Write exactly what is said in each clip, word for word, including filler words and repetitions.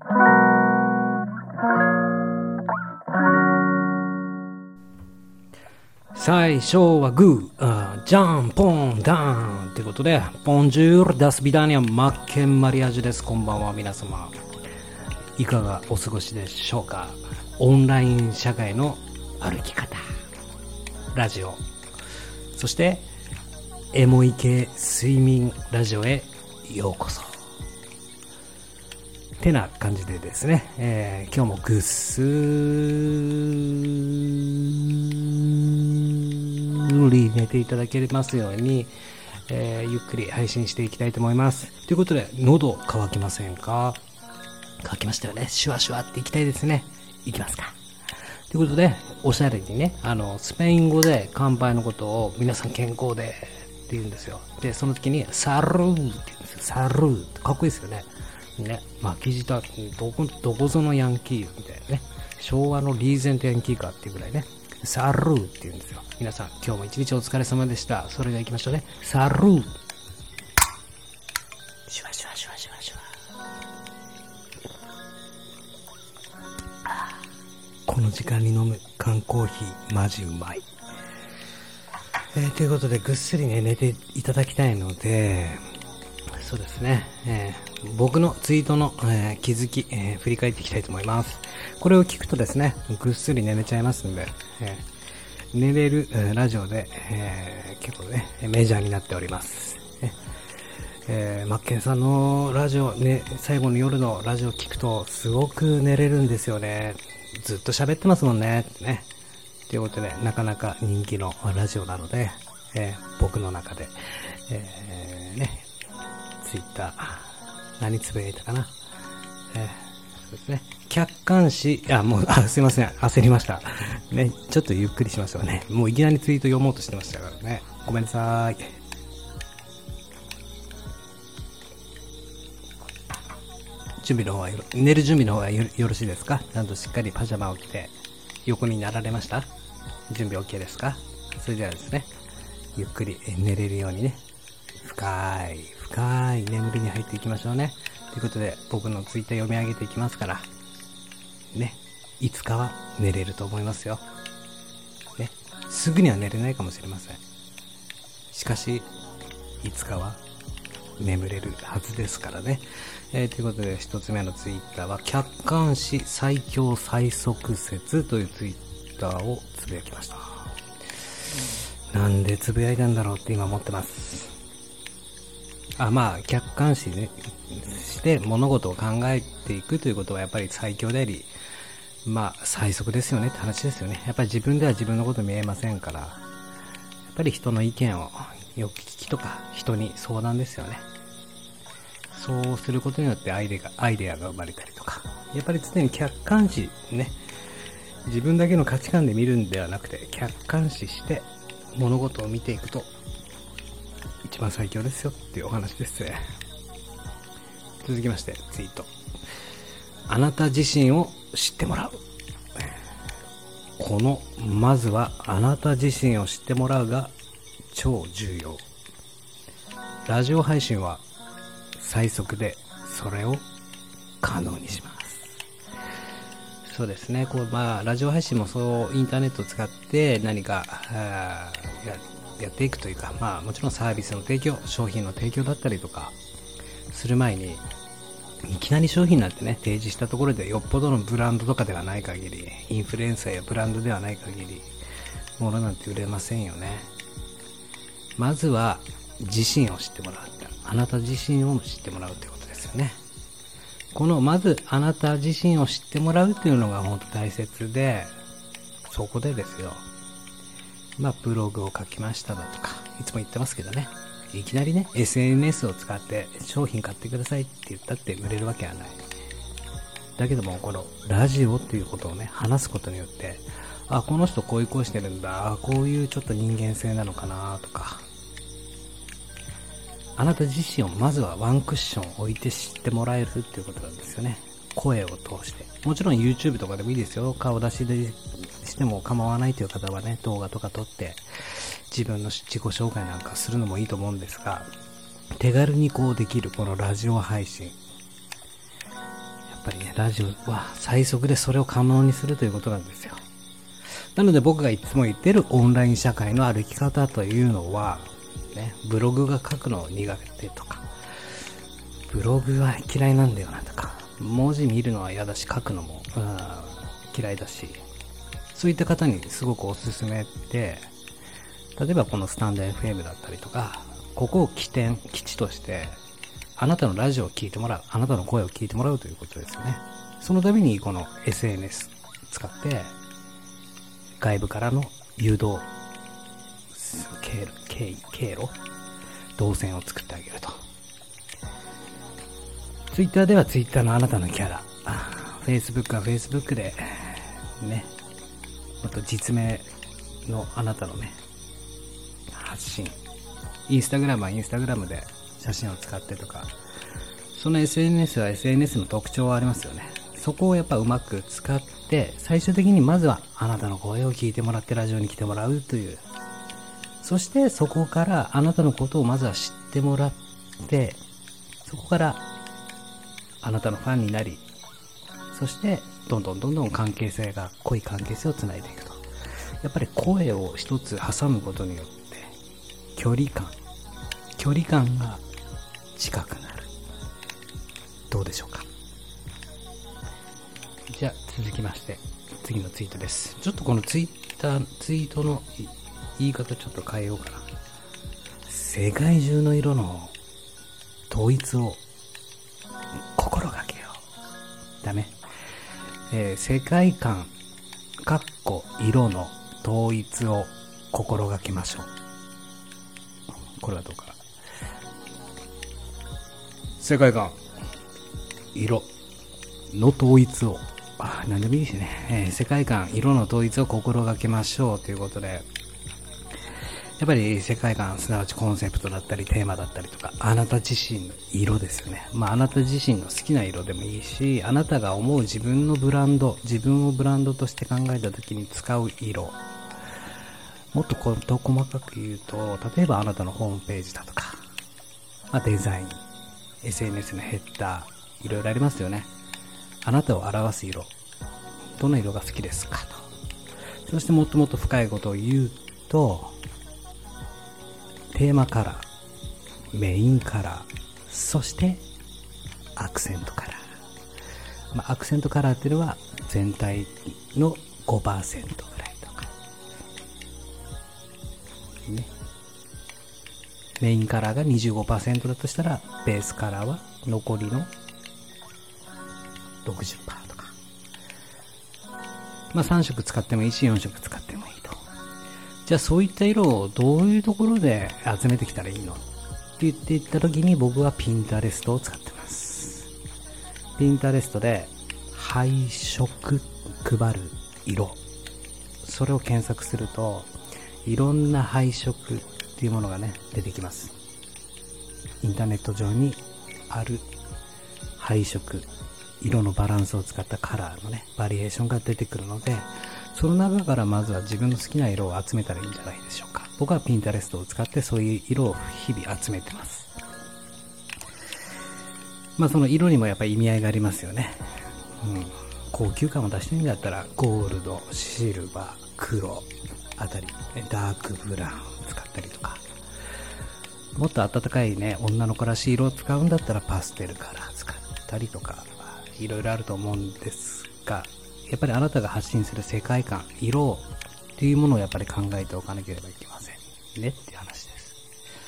最初はグー、あジャンポンダウンということで、ボンジュールダスビダニアマッケンマリアージュです。こんばんは皆様、いかがお過ごしでしょうか。オンライン社会の歩き方、ラジオ、そしてエモい系睡眠ラジオへようこそてな感じでですね、えー、今日もぐっすり寝ていただけますように、えー、ゆっくり配信していきたいと思います。ということで、喉乾きませんか？乾きましたよね。シュワシュワっていきたいですね。いきますか。ということで、おしゃれにね、あのスペイン語で乾杯のことを皆さん健康でって言うんですよ。で、その時にサルーって言うんですよ。サルーってかっこいいですよね。ね、巻き舌、どこ、どこぞのヤンキーみたいなね。昭和のリーゼントヤンキーかっていうぐらいね。サルーって言うんですよ。皆さん、今日も一日お疲れ様でした。それでは行きましょうね。サルー。シュワシュワシュワシュワシュワ。この時間に飲む缶コーヒー、マジうまい。えー、ということで、ぐっすりね、寝ていただきたいので、そうですね、えー、僕のツイートの、えー、気づき、えー、振り返っていきたいと思います。これを聞くとですね、ぐっすり寝れちゃいますんで、えー、寝れる、えー、ラジオで、えー、結構ねメジャーになっております。えー、マッケンさんのラジオ、ね、最後の夜のラジオ聞くとすごく寝れるんですよね。ずっと喋ってますもんね。ね。ということで、なかなか人気のラジオなので、えー、僕の中で、えー、ね、ツイッター、何つぶやいたかな。えー、そうですね。客観視、あ、もう、あ、すいません。焦りました。ね、ちょっとゆっくりしましょうね。もういきなりツイート読もうとしてましたからね。ごめんなさい。準備の方はよ、寝る準備の方は よ, よろしいですか？ちゃんとしっかりパジャマを着て横になられました？準備 OK ですか？それではですね、ゆっくり寝れるようにね、深い深い眠りに入っていきましょうね。ということで、僕のツイッター読み上げていきますからね、いつかは寝れると思いますよね。すぐには寝れないかもしれません。しかしいつかは眠れるはずですからね。えー、ということで、一つ目のツイッターは客観視最強最速説というツイッターをつぶやきました。なんでつぶやいたんだろうって今思ってます。あ、まあ客観視、ね、して物事を考えていくということはやっぱり最強であり、まあ最速ですよねって話ですよね。やっぱり自分では自分のこと見えませんから、やっぱり人の意見をよく聞きとか、人に相談ですよね。そうすることによってアイデアが、アイデアが生まれたりとか、やっぱり常に客観視ね、自分だけの価値観で見るんではなくて、客観視して物事を見ていくと一番最強ですよっていうお話ですね。続きましてツイート。あなた自身を知ってもらう。このまずはあなた自身を知ってもらうが超重要。ラジオ配信は最速でそれを可能にします。そうですね。こう、まあ、ラジオ配信もそうインターネットを使って何かや, やっていくというか、まあもちろんサービスの提供、商品の提供だったりとかする前に、いきなり商品なんてね提示したところでよっぽどのブランドとかではない限り、インフルエンサーやブランドではない限り物なんて売れませんよね。まずは自身を知ってもらう。あなた自身を知ってもらうということですよね。このまずあなた自身を知ってもらうというのが本当大切で、そこでですよ、まあブログを書きましただとかいつも言ってますけどね、いきなりね エスエヌエス を使って商品買ってくださいって言ったって売れるわけはない。だけどもこのラジオっていうことをね話すことによって、あ、この人こういう声してるんだ、あ、こういうちょっと人間性なのかなとか、あなた自身をまずはワンクッション置いて知ってもらえるっていうことなんですよね。声を通して。もちろん YouTube とかでもいいですよ。顔出しでしても構わないという方はね、動画とか撮って自分の自己紹介なんかするのもいいと思うんですが、手軽にこうできるこのラジオ配信。やっぱりね、ラジオは最速でそれを可能にするということなんですよ。なので僕がいつも言ってるオンライン社会の歩き方というのは、ね、ブログが書くの苦手とか、ブログは嫌いなんだよなとか、文字見るのは嫌だし、書くのも、うん、嫌いだし、そういった方にすごくおすすめで、例えばこのスタンド エフエム だったりとか、ここを起点、基地として、あなたのラジオを聞いてもらう、あなたの声を聞いてもらうということですよね。そのためにこの エスエヌエス 使って、外部からの誘導、経路、経緯、経路、動線を作ってあげると。Twitter では Twitter のあなたのキャラ、Facebook は Facebook で、ね、もっと実名のあなたのね、発信。Instagram は Instagram で写真を使ってとか、その エスエヌエス は エスエヌエス の特徴はありますよね。そこをやっぱうまく使って、最終的にまずはあなたの声を聞いてもらってラジオに来てもらうという。そしてそこからあなたのことをまずは知ってもらって、そこからあなたのファンになり、そしてどんどんどんどん関係性が、濃い関係性をつないでいくと。やっぱり声を一つ挟むことによって距離感、距離感が近くなる。どうでしょうか。じゃあ続きまして次のツイートです。ちょっとこのツイッターツイートの言い方ちょっと変えようかな。世界中の色の統一を心がけよう。ダメ。えー、世界観かっこ色の統一を心がけましょう。これはどうかな。世界観色の統一を、あ、何でもいいですね、えー、世界観色の統一を心がけましょうということで、やっぱり世界観、すなわちコンセプトだったりテーマだったりとか、あなた自身の色ですよね。まああなた自身の好きな色でもいいし、あなたが思う自分のブランド、自分をブランドとして考えた時に使う色、もっと事細かく言うと、例えばあなたのホームページだとか、まあ、デザイン、エスエヌエス のヘッダー、いろいろありますよね。あなたを表す色、どの色が好きですかと。そしてもっともっと深いことを言うと、テーマカラー、メインカラー、そしてアクセントカラー。まあ、アクセントカラーっていうのは全体の ごパーセント ぐらいとか、ね。メインカラーが にじゅうごパーセント だとしたら、ベースカラーは残りの ろくじゅっパーセント とか。まあさん色使ってもいいし、よん色使ってもいいと。じゃあそういった色をどういうところで集めてきたらいいのって言っていった時に、僕はピンタレストを使ってます。ピンタレストで配色配る色、それを検索するといろんな配色っていうものがね出てきます。インターネット上にある配色、色のバランスを使ったカラーのねバリエーションが出てくるので、その中からまずは自分の好きな色を集めたらいいんじゃないでしょうか。僕はピンタレストを使ってそういう色を日々集めてます。まあその色にもやっぱり意味合いがありますよね。うん、高級感を出してるんだったらゴールド、シルバー、黒あたり、ダークブラウン使ったりとか、もっと温かいね女の子らしい色を使うんだったらパステルカラー使ったりとか、いろいろあると思うんですが、やっぱりあなたが発信する世界観、色っていうものをやっぱり考えておかなければいけませんねっていう話です。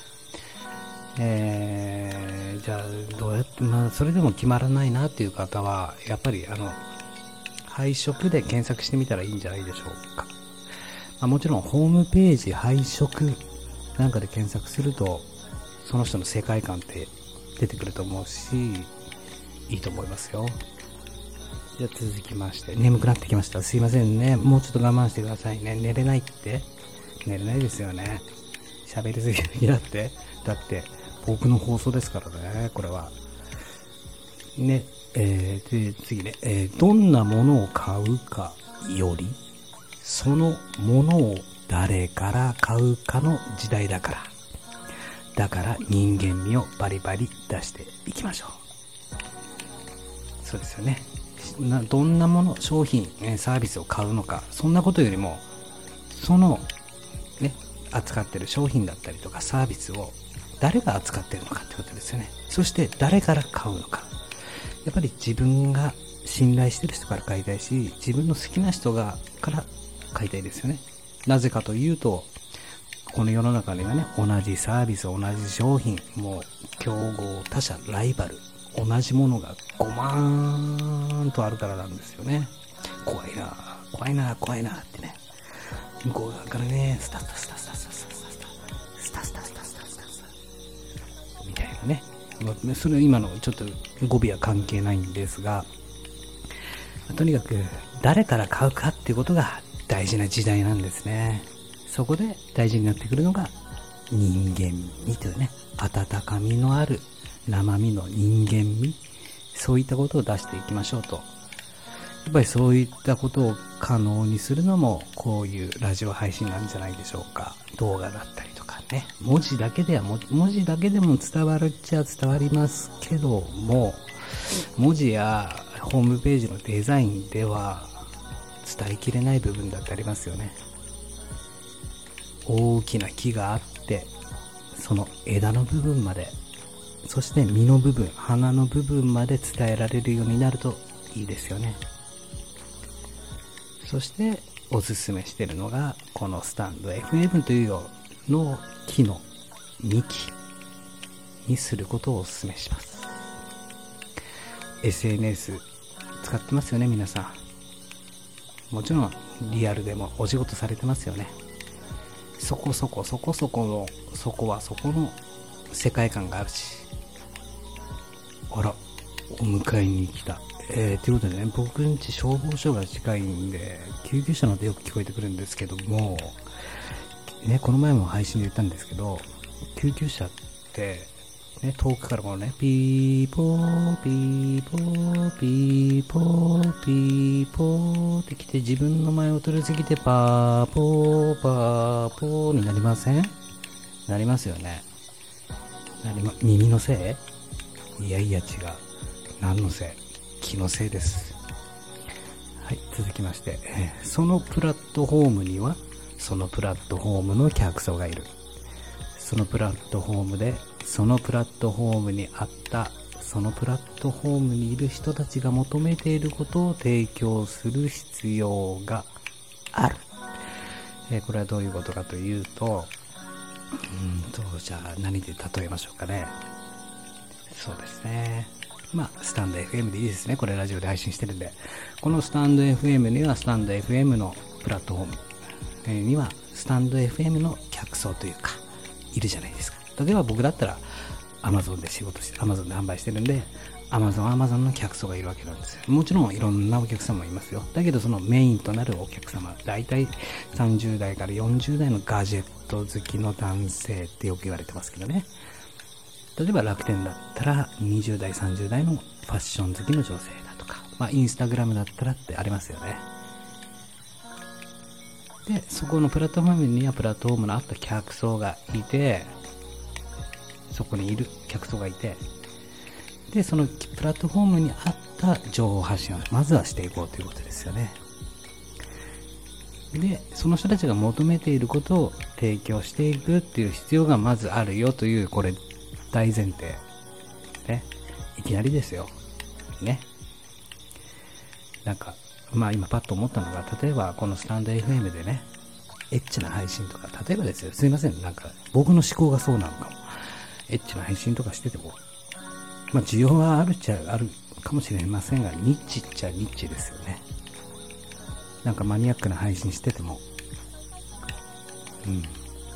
えー、じゃあどうやって、まあそれでも決まらないなっていう方は、やっぱりあの配色で検索してみたらいいんじゃないでしょうか。まあ、もちろんホームページ配色なんかで検索するとその人の世界観って出てくると思うし、いいと思いますよ。じゃあ続きまして、眠くなってきました。すいませんね。もうちょっと我慢してくださいね。寝れないって？寝れないですよね。喋りすぎだって。だって僕の放送ですからね、これは。ね、えー、で次ね、えー、どんなものを買うかより、そのものを誰から買うかの時代だから。だから人間味をバリバリ出していきましょう。 そうですよね。などんなもの、商品、サービスを買うのか、そんなことよりも、その、ね、扱ってる商品だったりとかサービスを誰が扱ってるのかってことですよね。そして誰から買うのか。やっぱり自分が信頼してる人から買いたいし、自分の好きな人がから買いたいですよね。なぜかというと、この世の中にはね、同じサービス、同じ商品、もう競合、他社、ライバル、同じものがごまんとあるからなんですよね。怖いな怖いな怖いなってね、向こう側からね、スタスタスタスタスタスタスタスタスタスタスタスタスタスタみたいなね。それ今のちょっと語尾は関係ないんですが、とにかく誰から買うかっていうことが大事な時代なんですね。そこで大事になってくるのが人間味というね、温かみのある生身の人間味、そういったことを出していきましょうと。やっぱりそういったことを可能にするのもこういうラジオ配信なんじゃないでしょうか。動画だったりとかね、文字だけではも文字だけでも伝わるっちゃ伝わりますけども、文字やホームページのデザインでは伝えきれない部分だってありますよね。大きな木があって、その枝の部分まで、そして実の部分、花の部分まで伝えられるようになるといいですよね。そしておすすめしているのがこのスタンド エフエム というの木の幹にすることをおすすめします。 エスエヌエス 使ってますよね皆さん。もちろんリアルでもお仕事されてますよね。そこそこそこそこのそこはそこの世界観があるし、あらお迎えに来た。えー、ということでね、僕んち消防署が近いんで救急車の音よく聞こえてくるんですけどもね、この前も配信で言ったんですけど、救急車ってね、遠くからこのね、ピーポーピーポーピーポーピーポーって来て、自分の前を通り過ぎてパーポーパーポーになりません？なりますよね。なりま、耳のせい？いやいや違う。何のせい？気のせいです。はい、続きまして、えー、そのプラットフォームにはそのプラットフォームの客層がいる。そのプラットフォームでそのプラットフォームにあったそのプラットフォームにいる人たちが求めていることを提供する必要がある。えー、これはどういうことかというと、うんとじゃあ何で例えましょうかね。そうですね、まあスタンド エフエム でいいですね。これラジオで配信してるんで、このスタンド エフエム にはスタンド エフエム のプラットフォームにはスタンド エフエム の客層というかいるじゃないですか。例えば僕だったら Amazon で仕事して Amazon で販売してるんで Amazon Amazon の客層がいるわけなんですよ。もちろんいろんなお客様もいますよ。だけどそのメインとなるお客様、だいたいさんじゅう代からよんじゅう代のガジェット好きの男性ってよく言われてますけどね。例えば楽天だったらにじゅう代さんじゅう代のファッション好きの女性だとか、まあインスタグラムだったらってありますよね。でそこのプラットフォームにはプラットフォームのあった客層がいて、そこにいる客層がいて、でそのプラットフォームにあった情報発信をまずはしていこうということですよね。でその人たちが求めていることを提供していくっていう必要がまずあるよという、これ大前提ね。いきなりですよね。なんかまあ今パッと思ったのが、例えばこのスタンド エフエム でね、エッチな配信とか、例えばですよ、すいません、なんか僕の思考がそうなのかも。エッチな配信とかしてても、まあ需要はあるっちゃあるかもしれませんが、ニッチっちゃニッチですよね。なんかマニアックな配信してても、うん。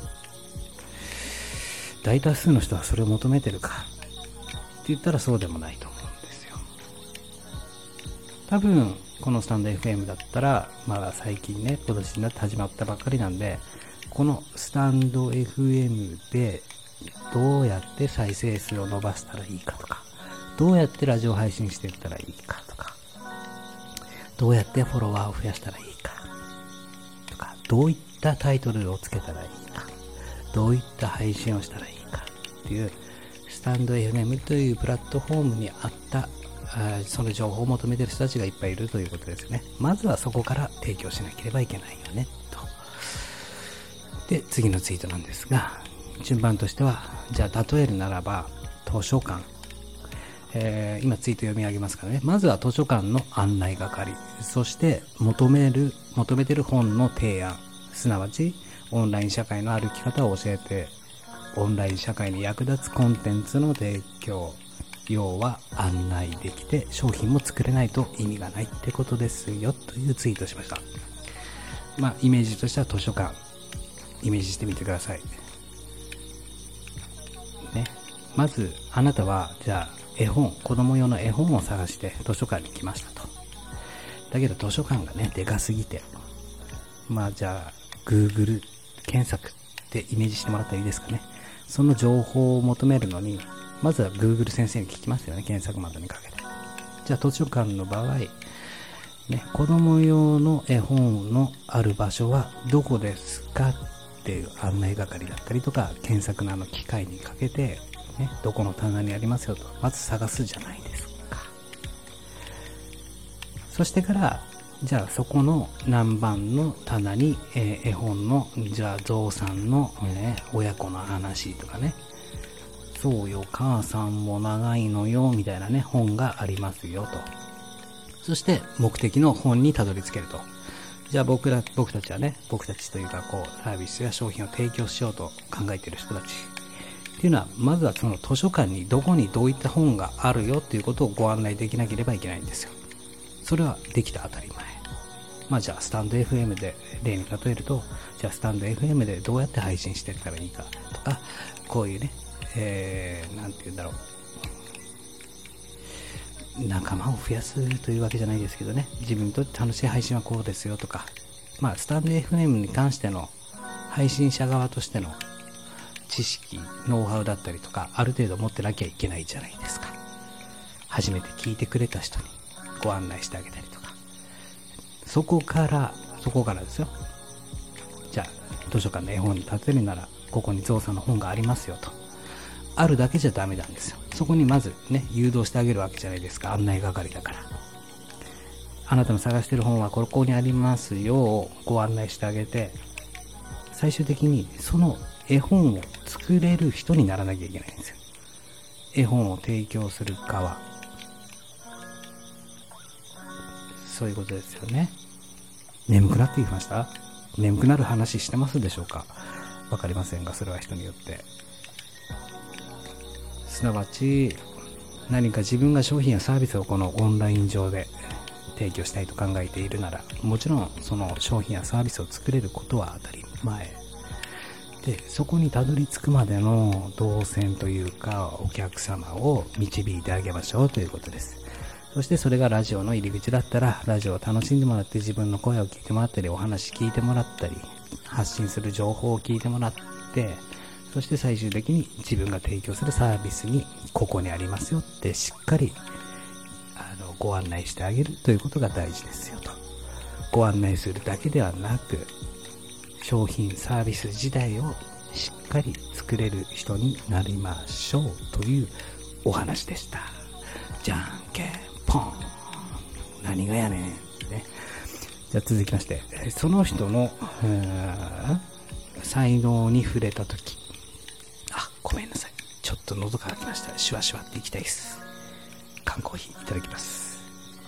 大多数の人はそれを求めてるかって言ったらそうでもないと思うんですよ。多分このスタンド エフエム だったらまだ最近ね、今年になって始まったばっかりなんで、このスタンド エフエム でどうやって再生数を伸ばしたらいいかとか、どうやってラジオ配信していったらいいかとか、どうやってフォロワーを増やしたらいいかとか、どういったタイトルをつけたらいいか、どういった配信をしたらいいかっていう、スタンド エフエム というプラットフォームにあったその情報を求めている人たちがいっぱいいるということですね。まずはそこから提供しなければいけないよねと。で次のツイートなんですが、順番としては、じゃあ例えるならば図書館、えー、今ツイート読み上げますからね。まずは図書館の案内係、そして求める求めてる本の提案、すなわちオンライン社会の歩き方を教えて、オンライン社会に役立つコンテンツの提供、要は案内できて商品も作れないと意味がないってことですよというツイートしました。まあイメージとしては図書館イメージしてみてくださいね。まずあなたはじゃあ絵本、子供用の絵本を探して図書館に来ましたと。だけど図書館がねでかすぎて、まあじゃあ Google 検索ってイメージしてもらったらいいですかね。その情報を求めるのにまずは Google 先生に聞きますよね、検索窓にかけて。じゃあ図書館の場合、ね、子供用の絵本のある場所はどこですかっていう案内係だったりとか、検索のあの機械にかけて、ね、どこの棚にありますよとまず探すじゃないですか。そしてからじゃあそこの何番の棚に、えー、絵本のじゃあゾウさんの、ね、親子の話とかね、そうよ母さんも長いのよみたいなね本がありますよと。そして目的の本にたどり着けると。じゃあ僕ら僕たちはね、僕たちというかこうサービスや商品を提供しようと考えている人たちっていうのは、まずはその図書館にどこにどういった本があるよっていうことをご案内できなければいけないんですよ。それはできた当たり前。まあじゃあスタンド エフエム で例に例えると、じゃあスタンド エフエム でどうやって配信していったらいいかとか、こういうね、えー、なんて言うんだろう、仲間を増やすというわけじゃないですけどね、自分にとって楽しい配信はこうですよとか、まあスタンド エフエム に関しての配信者側としての知識、ノウハウだったりとか、ある程度持ってなきゃいけないじゃないですか。初めて聞いてくれた人にご案内してあげたりとか、そこからそこからですよ。じゃあ図書館の絵本に立てるなら、ここにゾウさんの本がありますよと、あるだけじゃダメなんですよ。そこにまずね誘導してあげるわけじゃないですか、案内係だから。あなたの探してる本はここにありますよをご案内してあげて、最終的にその絵本を作れる人にならなきゃいけないんですよ。絵本を提供する側、そういうことですよね。眠くなってきました？眠くなる話してますでしょうか？わかりませんが、それは人によって。すなわち何か自分が商品やサービスをこのオンライン上で提供したいと考えているなら、もちろんその商品やサービスを作れることは当たり前で、そこにたどり着くまでの動線というかお客様を導いてあげましょうということです。そしてそれがラジオの入り口だったら、ラジオを楽しんでもらって自分の声を聞いてもらったり、お話聞いてもらったり、発信する情報を聞いてもらって、そして最終的に自分が提供するサービスにここにありますよってしっかりあのご案内してあげるということが大事ですよと。ご案内するだけではなく、商品サービス自体をしっかり作れる人になりましょうというお話でした。じゃんけんポン、何がやねん、ね。じゃあ続きまして、その人の才能に触れたとき、あ、ごめんなさい、ちょっと喉乾きました。シュワシュワっていきたいです。缶コーヒーいただきます。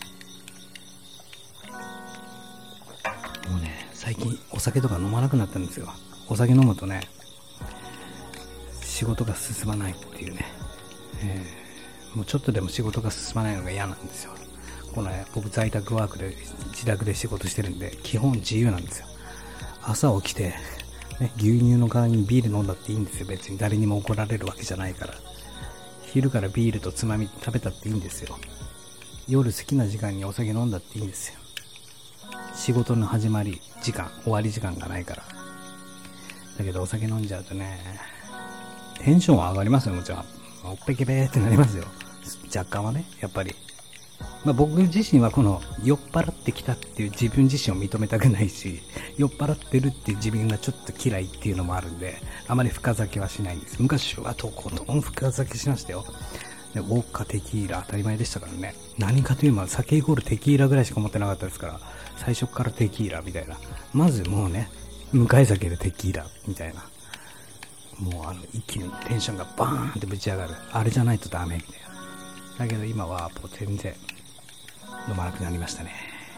もうね、最近お酒とか飲まなくなったんですよ。お酒飲むとね、仕事が進まないっていうね、えー、もうちょっとでも仕事が進まないのが嫌なんですよ。このね、僕在宅ワークで自宅で仕事してるんで、基本自由なんですよ。朝起きて、ね、牛乳の代わりにビール飲んだっていいんですよ。別に誰にも怒られるわけじゃないから。昼からビールとつまみ食べたっていいんですよ。夜好きな時間にお酒飲んだっていいんですよ。仕事の始まり時間、終わり時間がないから。だけどお酒飲んじゃうとね、テンションは上がりますよ。もちろんおっぺけべーってなりますよ。若干はね、やっぱり。まあ、僕自身はこの酔っ払ってきたっていう自分自身を認めたくないし、酔っ払ってるっていう自分がちょっと嫌いっていうのもあるんで、あまり深酒はしないんです。昔はとことん深酒しましたよ。 でウォッカ、テキーラ当たり前でしたからね。何かというと酒イコールテキーラぐらいしか思ってなかったですから、最初からテキーラみたいな。まずもうね、向かい酒でテキーラみたいな。もうあの一気にテンションがバーンってぶち上がる。あれじゃないとダメみたいな。だけど今はもう全然飲まなくなりましたね。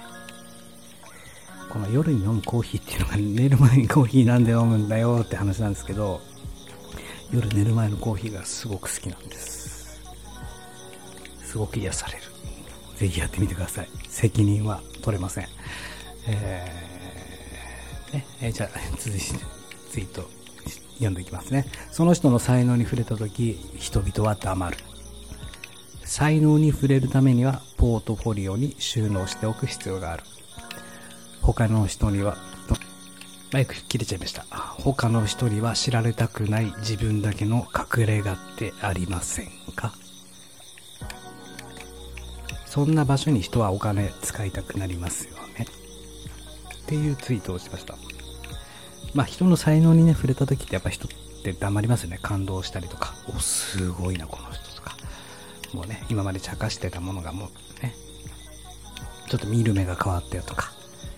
この夜に飲むコーヒーっていうのが、寝る前にコーヒーなんで飲むんだよって話なんですけど、夜寝る前のコーヒーがすごく好きなんです。すごく癒される。ぜひやってみてください。責任は取れません。えーねえー、じゃあ続いてツイート読んでいきますね。その人の才能に触れたとき、人々は黙る。才能に触れるためにはポートフォリオに収納しておく必要がある。他の人には、マイク切れちゃいました。他の人には知られたくない自分だけの隠れ家ってありませんか？そんな場所に人はお金使いたくなりますよね。っていうツイートをしました。まあ人の才能にね触れた時ってやっぱ人って黙りますよね。感動したりとか、おすごいなこの人とか、もうね今まで茶化してたものがもうねちょっと見る目が変わったよとか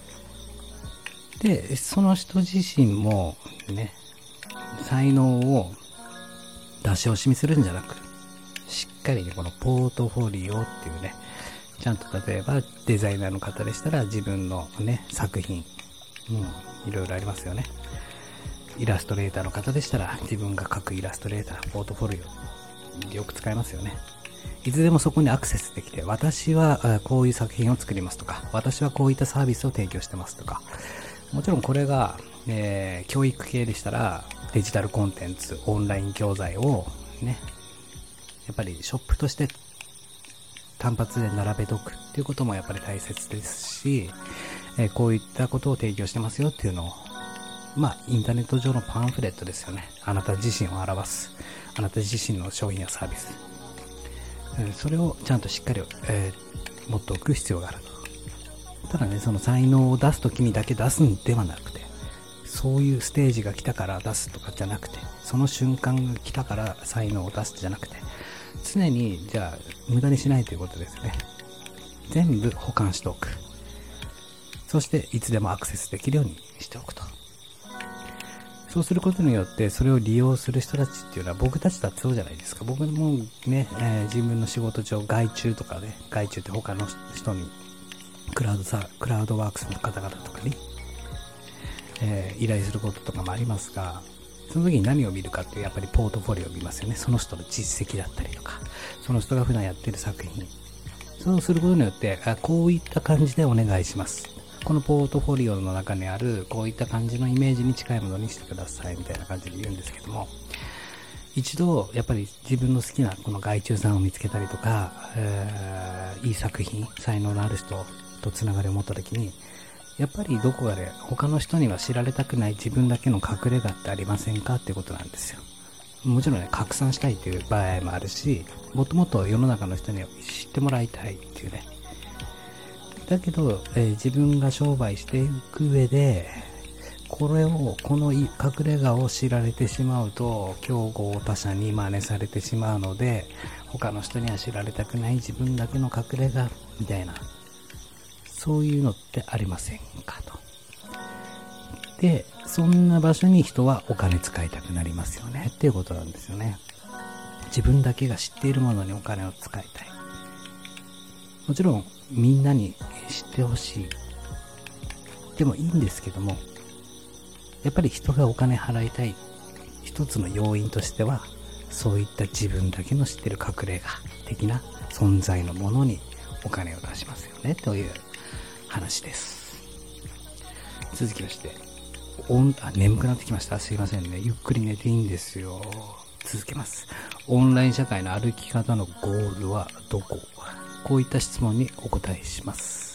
で、その人自身もね才能を出し惜しみするんじゃなく、しっかりねこのポートフォリオっていうね、ちゃんと例えばデザイナーの方でしたら自分のね作品、うん、いろいろありますよね。イラストレーターの方でしたら自分が描くイラストレーターポートフォリオよく使いますよね。いつでもそこにアクセスできて、私はこういう作品を作りますとか、私はこういったサービスを提供してますとか、もちろんこれが、えー、教育系でしたらデジタルコンテンツ、オンライン教材をねやっぱりショップとして単発で並べとくっていうこともやっぱり大切ですし、えー、こういったことを提供してますよっていうのを、まあインターネット上のパンフレットですよね。あなた自身を表す、あなた自身の商品やサービス、えー、それをちゃんとしっかり、えー、持っておく必要があると。ただね、その才能を出すときにだけ出すんではなくて、そういうステージが来たから出すとかじゃなくて、その瞬間が来たから才能を出すじゃなくて、常にじゃあ無駄にしないということですね。全部保管しておく。そしていつでもアクセスできるようにしておくと。そうすることによってそれを利用する人たちっていうのは僕たちだってそうじゃないですか。僕もね、えー、自分の仕事上外注とかね、外注って他の人にクラウドさクラウドワークスの方々とかに、えー、依頼することとかもありますが、その時に何を見るかってやっぱりポートフォリオを見ますよね。その人の実績だったりとか、その人が普段やってる作品、そうすることによってあこういった感じでお願いします、このポートフォリオの中にあるこういった感じのイメージに近いものにしてくださいみたいな感じで言うんですけども、一度やっぱり自分の好きなこの外注さんを見つけたりとか、えー、いい作品、才能のある人とつながりを持った時に、やっぱりどこかで他の人には知られたくない自分だけの隠れ家ってありませんかっていうことなんですよ。もちろんね、拡散したいという場合もあるし、もっともっと世の中の人に知ってもらいたいっていうね。だけど、えー、自分が商売していく上で、これを、この隠れ家を知られてしまうと、競合他社に真似されてしまうので、他の人には知られたくない自分だけの隠れ家みたいな、そういうのってありませんかと。で、そんな場所に人はお金使いたくなりますよねっていうことなんですよね。自分だけが知っているものにお金を使いたい。もちろんみんなに知ってほしいでもいいんですけども、やっぱり人がお金払いたい一つの要因としては、そういった自分だけの知ってる隠れ家的な存在のものにお金を出しますよねという話です。続きまして、おんあ眠くなってきました。すいませんね。ゆっくり寝ていいんですよ。続けます。オンライン社会の歩き方のゴールはどこ？こういった質問にお答えします。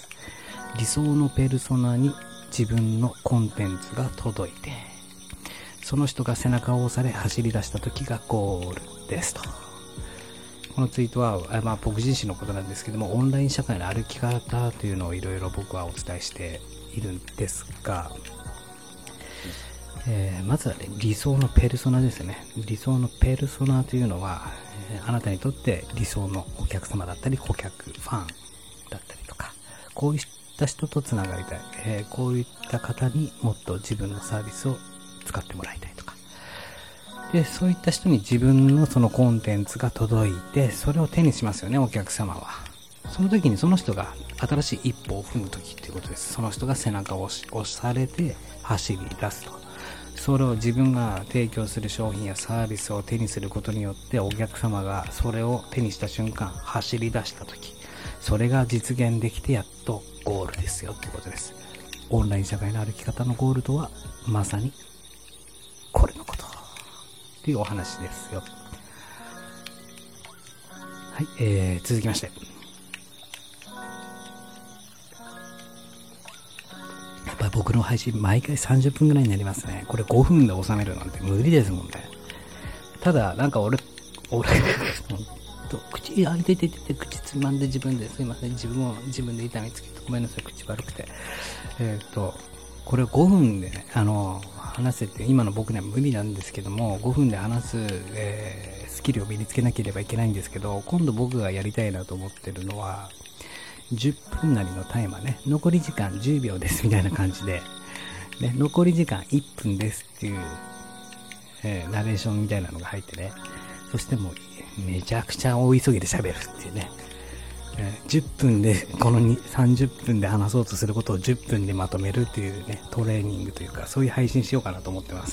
理想のペルソナに自分のコンテンツが届いて、その人が背中を押され走り出した時がゴールですと。このツイートは、まあ、僕自身のことなんですけども、オンライン社会の歩き方というのをいろいろ僕はお伝えしているんですが、 えー、まずはね、理想のペルソナですね。理想のペルソナというのは、えー、あなたにとって理想のお客様だったり、顧客、ファンだったりとか、こういった人とつながりたい、えー、こういった方にもっと自分のサービスを使ってもらいたいとか。で、そういった人に自分のそのコンテンツが届いて、それを手にしますよね、お客様は。その時にその人が新しい一歩を踏む時っていうことです。その人が背中を押し、押されて走り出すと。それを自分が提供する商品やサービスを手にすることによってお客様がそれを手にした瞬間走り出した時、それが実現できてやっとゴールですよっていうことです。オンライン社会の歩き方のゴールとはまさにこれのことっていうお話ですよ。はい、えー、続きまして、やっぱり僕の配信毎回さんじゅっぷんぐらいになりますね。これごふんで収めるなんて無理ですもんね。ただなんか俺俺口開いててて口つまんで自分ですいません、自分も自分で痛みつけてごめんなさい、口悪くて、えっとこれごふんで、ね、あの話せて今の僕には無理なんですけども、ごふんで話す、えー、スキルを身につけなければいけないんですけど、今度僕がやりたいなと思ってるのはじゅっぷんなりのタイマーね、残り時間じゅうびょうですみたいな感じで、ね、残り時間いっぷんですっていう、えー、ナレーションみたいなのが入ってね、そしてもうめちゃくちゃ大急ぎで喋るっていうね、えー、じゅっぷんでこのさんじゅっぷんで話そうとすることをじゅっぷんでまとめるっていうね、トレーニングというかそういう配信しようかなと思ってます。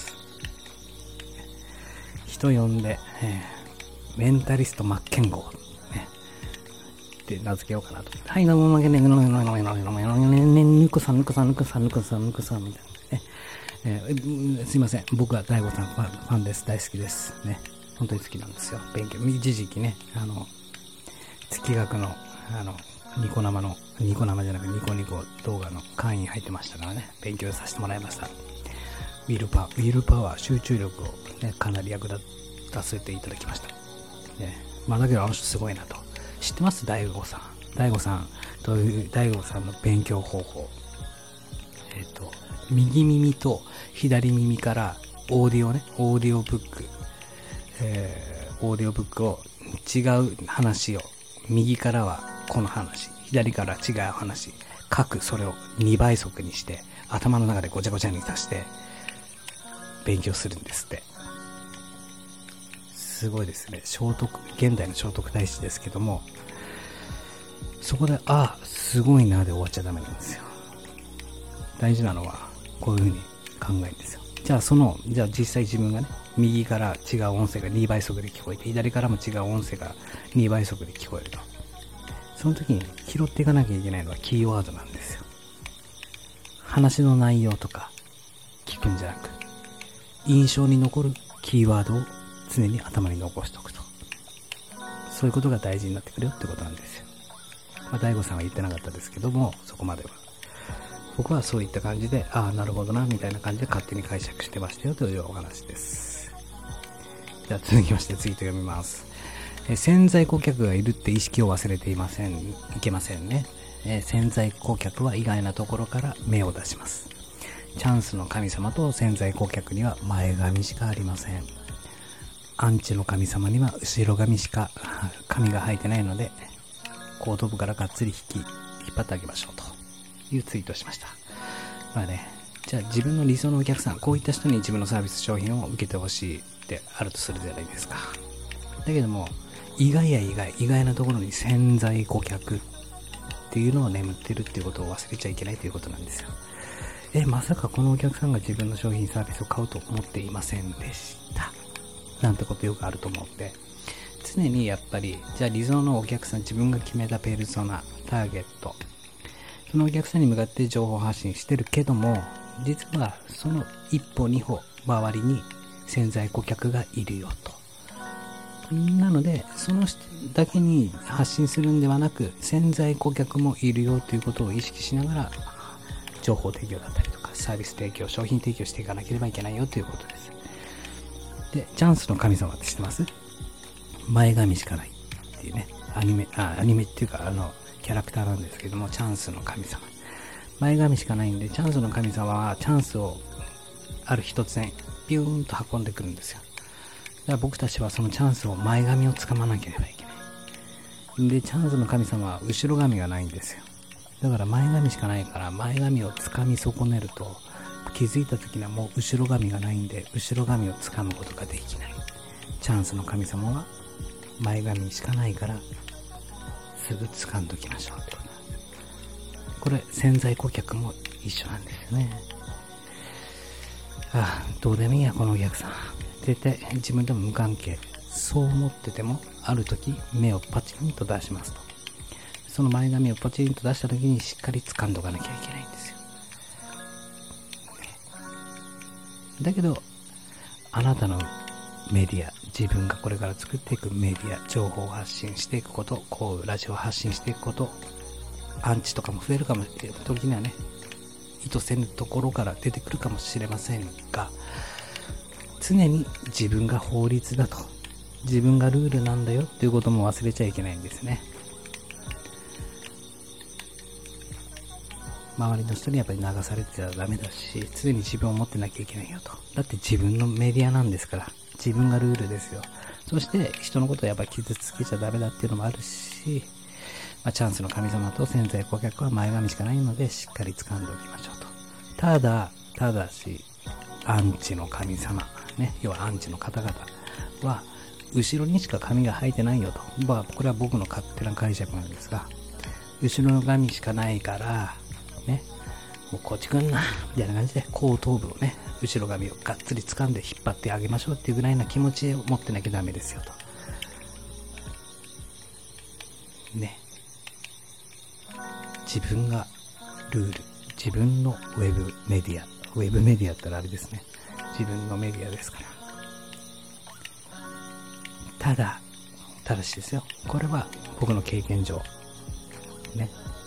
人呼んで、えー、メンタリストマッケンゴーって名付けようかなと。はい、どうも、ね、ぬこさん、ぬこさん、ぬこさん、ぬこさん、ぬこさん、みたいなね。えー、すいません。僕は大悟さんファンです。大好きです。ね。本当に好きなんですよ。勉強。一時期ね、あの、月額の、あの、ニコ生の、ニコ生じゃなくてニコニコ動画の会員入ってましたからね。勉強させてもらいました。ウィルパワー、ウィルパワー、集中力をね、かなり役立たせていただきました。ね。まあだけどあの人すごいなと。知ってます？大悟さん。大悟さんという大悟さんの勉強方法。えっと、右耳と左耳からオーディオね、オーディオブック、えー、オーディオブックを違う話を、右からはこの話、左から違う話、書くそれをにばい速にして、頭の中でごちゃごちゃに足して、勉強するんですって。すごいですね。聖徳、現代の聖徳太子ですけども、そこで、あ、すごいなで終わっちゃダメなんですよ。大事なのは、こういう風に考えるんですよ。じゃあその、じゃあ実際自分がね、右から違う音声がにばい速で聞こえて、左からも違う音声がにばい速で聞こえると。その時に拾っていかなきゃいけないのはキーワードなんですよ。話の内容とか聞くんじゃなく、印象に残るキーワードを常に頭に残しておくと。そういうことが大事になってくるよってことなんですよ。まあ、大悟さんは言ってなかったですけども、そこまでは。僕はそういった感じで、ああ、なるほどな、みたいな感じで勝手に解釈してましたよというお話です。じゃあ続きましてツイート読みます。え潜在顧客がいるって意識を忘れていません、いけませんね。え潜在顧客は意外なところから芽を出します。チャンスの神様と潜在顧客には前髪しかありません。アンチの神様には後ろ髪しか髪が生えてないので、後頭部からがっつり引き引っ張ってあげましょうというツイートをしました。まあね、じゃあ自分の理想のお客さん、こういった人に自分のサービス商品を受けてほしいってあるとするじゃないですか。だけども意外や意外意外なところに潜在顧客っていうのを眠ってるっていうことを忘れちゃいけないということなんですよ。え、まさかこのお客さんが自分の商品サービスを買うと思っていませんでしたなんてことよくあると思うんで、常にやっぱり、じゃあ理想のお客さん、自分が決めたペルソナ、ターゲット、そのお客さんに向かって情報発信してるけども、実はその一歩二歩周りに潜在顧客がいるよと。なので、その人だけに発信するんではなく、潜在顧客もいるよということを意識しながら、情報提供だったりとか、サービス提供、商品提供していかなければいけないよということです。で、チャンスの神様って知ってます？前髪しかないっていうね、アニメ、あ、アニメっていうか、あの、キャラクターなんですけども、チャンスの神様。前髪しかないんで、チャンスの神様はチャンスをある日突然ビューンと運んでくるんですよ。だから僕たちはそのチャンスを前髪をつかまなければいけない。で、チャンスの神様は後ろ髪がないんですよ。だから前髪しかないから、前髪をつかみ損ねると、気づいた時にはもう後ろ髪がないんで、後ろ髪をつかむことができない。チャンスの神様は前髪しかないから、すぐ掴んどきましょうってことなんです。これ潜在顧客も一緒なんですよね。ああ、どうでもいいやこのお客さん。絶対自分でも無関係。そう思ってても、ある時目をパチンと出しますと。その前髪をパチンと出した時にしっかり掴んどかなきゃいけないんですよ。だけど、あなたのメディア、自分がこれから作っていくメディア、情報を発信していくこと、こうラジオを発信していくこと、アンチとかも増えるかもしれない。時にはね、意図せぬところから出てくるかもしれませんが、常に自分が法律だと、自分がルールなんだよっていうことも忘れちゃいけないんですね。周りの人にやっぱり流されてはダメだし、常に自分を持ってなきゃいけないよと。だって自分のメディアなんですから、自分がルールですよ。そして人のことをやっぱり傷つけちゃダメだっていうのもあるし、まあ、チャンスの神様と潜在顧客は前髪しかないので、しっかり掴んでおきましょうと。ただ、ただし、アンチの神様、ね、要はアンチの方々は、後ろにしか髪が生えてないよと。まあ、これは僕の勝手な解釈なんですが、後ろの髪しかないから、ね、もうこっち来んな、みたいな感じで、後頭部をね、後ろ髪をがっつり掴んで引っ張ってあげましょうっていうぐらいな気持ちを持ってなきゃダメですよと。ね。自分がルール、自分のウェブメディア、ウェブメディアってあれですね。自分のメディアですから。ただ、ただしですよ。これは僕の経験上、ね。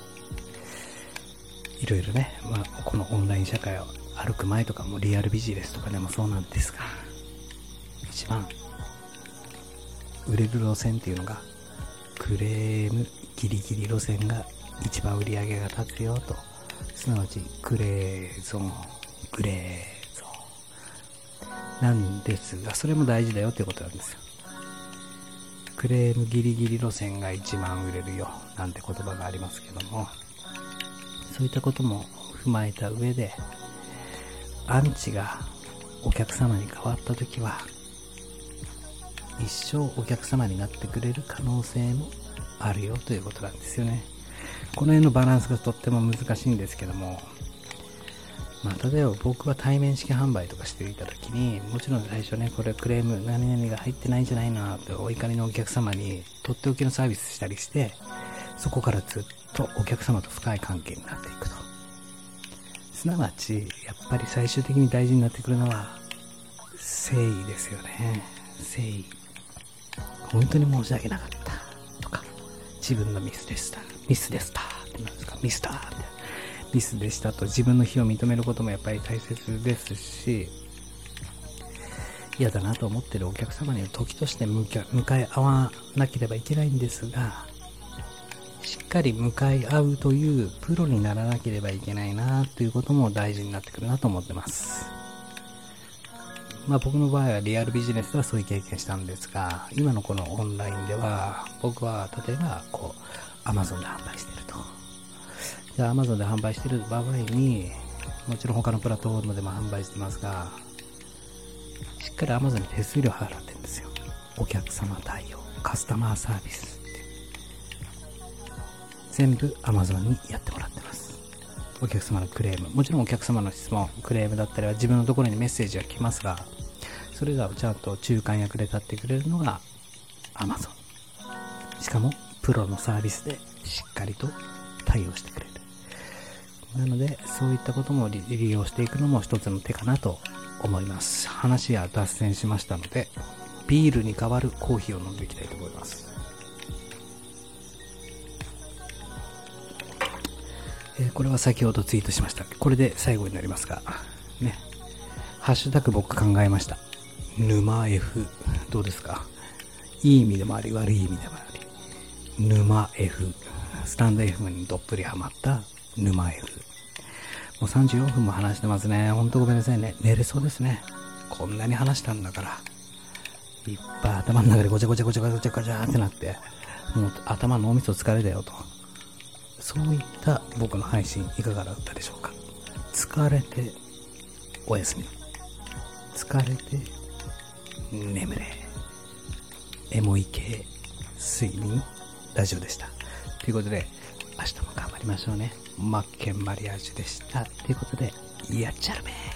いろいろね、まあ、このオンライン社会を歩く前とかもリアルビジネスとかでもそうなんですが、一番売れる路線っていうのが、クレームギリギリ路線が一番売り上げが立つよと。すなわちグレーゾーン、グレーゾーンなんですが、それも大事だよということなんですよ。クレームギリギリ路線が一番売れるよなんて言葉がありますけども、そういったことも踏まえた上で、アンチがお客様に変わったときは、一生お客様になってくれる可能性もあるよということなんですよね。この辺のバランスがとっても難しいんですけども、まあ、例えば僕は対面式販売とかしていたときに、もちろん最初ね、これクレーム、何々が入ってないんじゃないなとお怒りのお客様にとっておきのサービスしたりして、そこからずっとお客様と深い関係になっていくと。すなわち、やっぱり最終的に大事になってくるのは、誠意ですよね。誠意。本当に申し訳なかったとか、自分のミスでした。ミスでしたってなんですか、ミスターって。ミスでしたと自分の非を認めることもやっぱり大切ですし、嫌だなと思っているお客様には時として向かい合わなければいけないんですが、しっかり向かい合うというプロにならなければいけないなということも大事になってくるなと思ってます。まあ僕の場合はリアルビジネスではそういう経験したんですが、今のこのオンラインでは僕は例えばこう Amazon で販売していると。じゃあ Amazon で販売している場合に、もちろん他のプラットフォームでも販売してますが、しっかり Amazon に手数料払ってるんですよ。お客様対応、カスタマーサービスって全部 Amazon にやってもらってます。お客様のクレーム、もちろんお客様の質問、クレームだったりは自分のところにメッセージが来ますが、それらをちゃんと仲介役で立ってくれるのが Amazon。しかもプロのサービスでしっかりと対応してくれる。なのでそういったことも利用していくのも一つの手かなと思います。話は脱線しましたので、ビールに代わるコーヒーを飲んでいきたいと思います。えー、これは先ほどツイートしました。これで最後になりますがね、ハッシュタグ僕考えました。沼 F どうですか。いい意味でもあり悪い意味でもあり、沼 F、スタンド F にどっぷりハマった沼 F。 もうさんじゅうよんぷんも話してますね。ほんとごめんなさいね。寝れそうですね。こんなに話したんだから。いっぱい頭の中でごちゃごちゃごちゃごちゃごちゃってなって、もう頭脳みそ疲れたよと。そういった僕の配信いかがだったでしょうか。疲れておやすみ。疲れて眠れ。エモい系睡眠ラジオでした。ということで、明日も頑張りましょうね。マッケンマリアージュでした。ということで、やっちゃるべー。